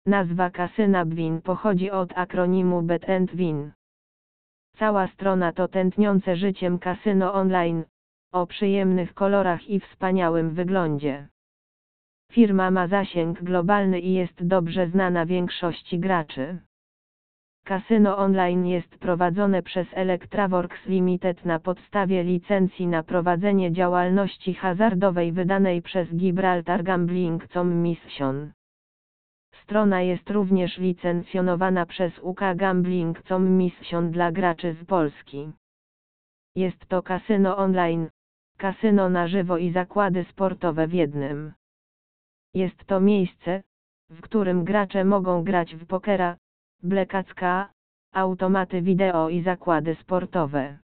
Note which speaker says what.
Speaker 1: Nazwa kasyna BWIN pochodzi od akronimu Bet and Win. Cała strona to tętniące życiem kasyno online, o przyjemnych kolorach i wspaniałym wyglądzie. Firma ma zasięg globalny i jest dobrze znana większości graczy. Kasyno online jest prowadzone przez Electraworks Limited na podstawie licencji na prowadzenie działalności hazardowej wydanej przez Gibraltar Gambling Commission. Strona jest również licencjonowana przez UK Gambling Commission dla graczy z Polski. Jest to kasyno online, kasyno na żywo i zakłady sportowe w jednym. Jest to miejsce, w którym gracze mogą grać w pokera, blackjacka, automaty wideo i zakłady sportowe.